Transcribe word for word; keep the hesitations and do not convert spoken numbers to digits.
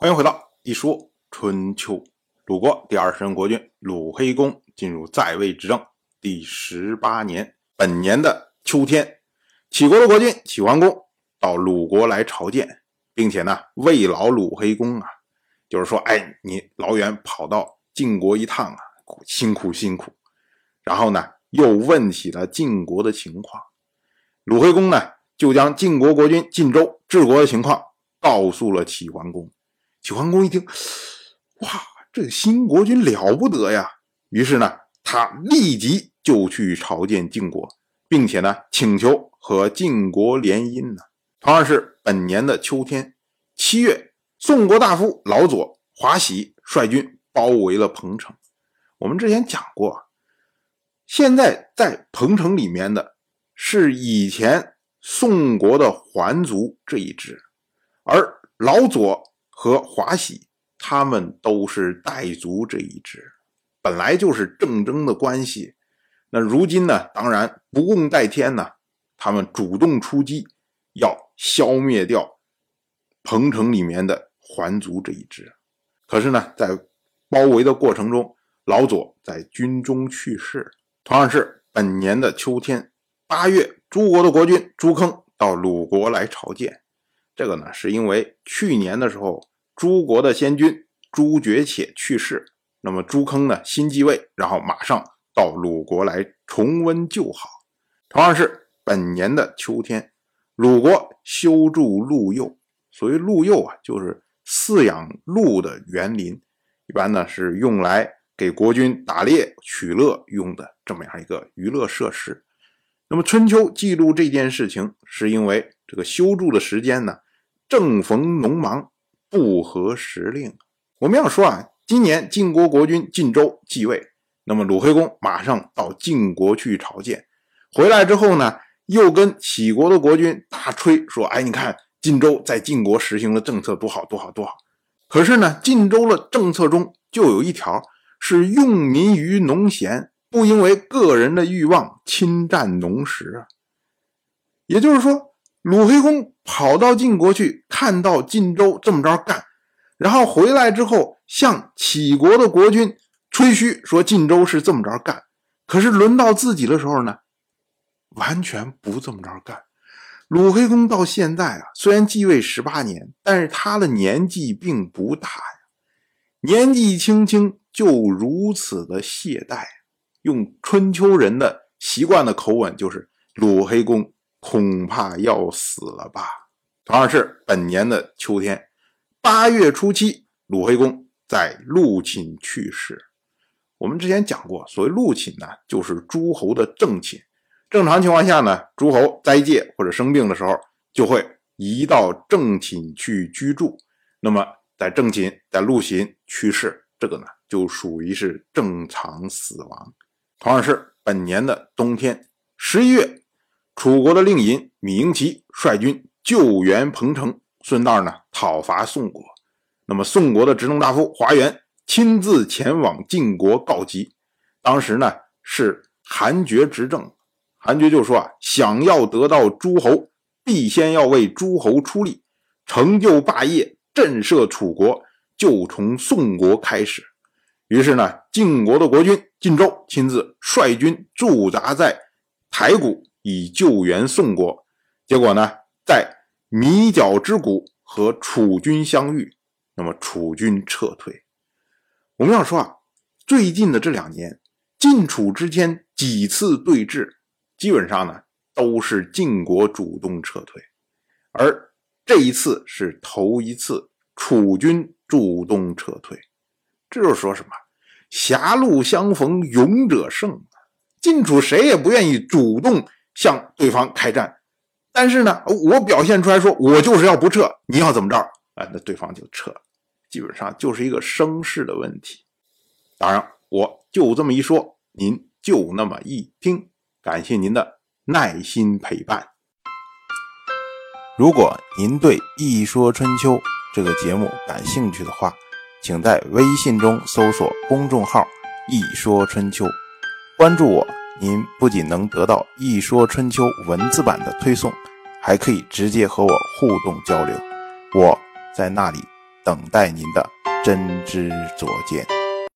欢迎回到一说春秋。鲁国第二十任国君鲁黑公进入在位执政第十八年，本年的秋天，齐国的国君齐桓公到鲁国来朝见，并且呢慰劳鲁黑公啊，就是说哎，你老远跑到晋国一趟啊，辛苦辛苦。然后呢又问起了晋国的情况。鲁黑公呢就将晋国国君晋州治国的情况告诉了齐桓公。齐桓公一听，哇，这个新国君了不得呀！于是呢，他立即就去朝见晋国，并且呢，请求和晋国联姻呢。同样是本年的秋天，七月，宋国大夫老左、华喜率军包围了彭城。我们之前讲过，现在在彭城里面的是以前宋国的桓族这一支，而老左和华喜他们都是代族这一支，本来就是政争的关系。那如今呢，当然不共戴天呢，他们主动出击，要消灭掉彭城里面的桓族这一支。可是呢，在包围的过程中，老左在军中去世。同样是本年的秋天，八月，诸国的国君朱坑到鲁国来朝见。这个呢，是因为去年的时候，诸国的先君朱觉且去世，那么朱坑呢新继位，然后马上到鲁国来重温旧好。同样是本年的秋天，鲁国修筑鹿厩。所谓鹿厩啊，就是饲养鹿的园林，一般呢是用来给国君打猎取乐用的这么样一个娱乐设施。那么春秋记录这件事情，是因为这个修筑的时间呢正逢农忙，不合时令。我们要说啊，今年晋国国君晋州继位，那么鲁黑公马上到晋国去朝见，回来之后呢，又跟齐国的国君大吹说，哎，你看晋州在晋国实行了政策多好多好多好。可是呢，晋州的政策中就有一条是用民于农闲，不因为个人的欲望侵占农时啊。也就是说，鲁黑公跑到晋国去，看到晋州这么着干，然后回来之后向齐国的国君吹嘘说晋州是这么着干，可是轮到自己的时候呢，完全不这么着干。鲁黑公到现在啊，虽然继位十八年，但是他的年纪并不大呀，年纪轻轻就如此的懈怠。用春秋人的习惯的口吻，就是鲁黑公恐怕要死了吧。同样是本年的秋天，八月初七，鲁黑公在陆寝去世。我们之前讲过，所谓陆寝呢，就是诸侯的正寝。正常情况下呢，诸侯灾戒或者生病的时候，就会移到正寝去居住。那么在正寝，在陆寝去世，这个呢就属于是正常死亡。同样是本年的冬天，十一月，楚国的令尹芈婴齐率军救援彭城，顺道呢讨伐宋国。那么宋国的执政大夫华元亲自前往晋国告急。当时呢是韩厥执政，韩厥就说啊，想要得到诸侯，必先要为诸侯出力，成就霸业，震慑楚国，就从宋国开始。于是呢，晋国的国君晋州亲自率军驻扎在台谷，以救援宋国。结果呢，在米角之谷和楚军相遇，那么楚军撤退。我们要说啊，最近的这两年，晋楚之间几次对峙，基本上呢都是晋国主动撤退，而这一次是头一次楚军主动撤退。这就是说什么？狭路相逢勇者胜。晋楚谁也不愿意主动向对方开战，但是呢，我表现出来说我就是要不撤，你要怎么着啊？那对方就撤，基本上就是一个声势的问题。当然，我就这么一说，您就那么一听，感谢您的耐心陪伴。如果您对《一说春秋》这个节目感兴趣的话，请在微信中搜索公众号“一说春秋”，关注我，您不仅能得到《一说春秋》文字版的推送，还可以直接和我互动交流，我在那里等待您的真知灼见。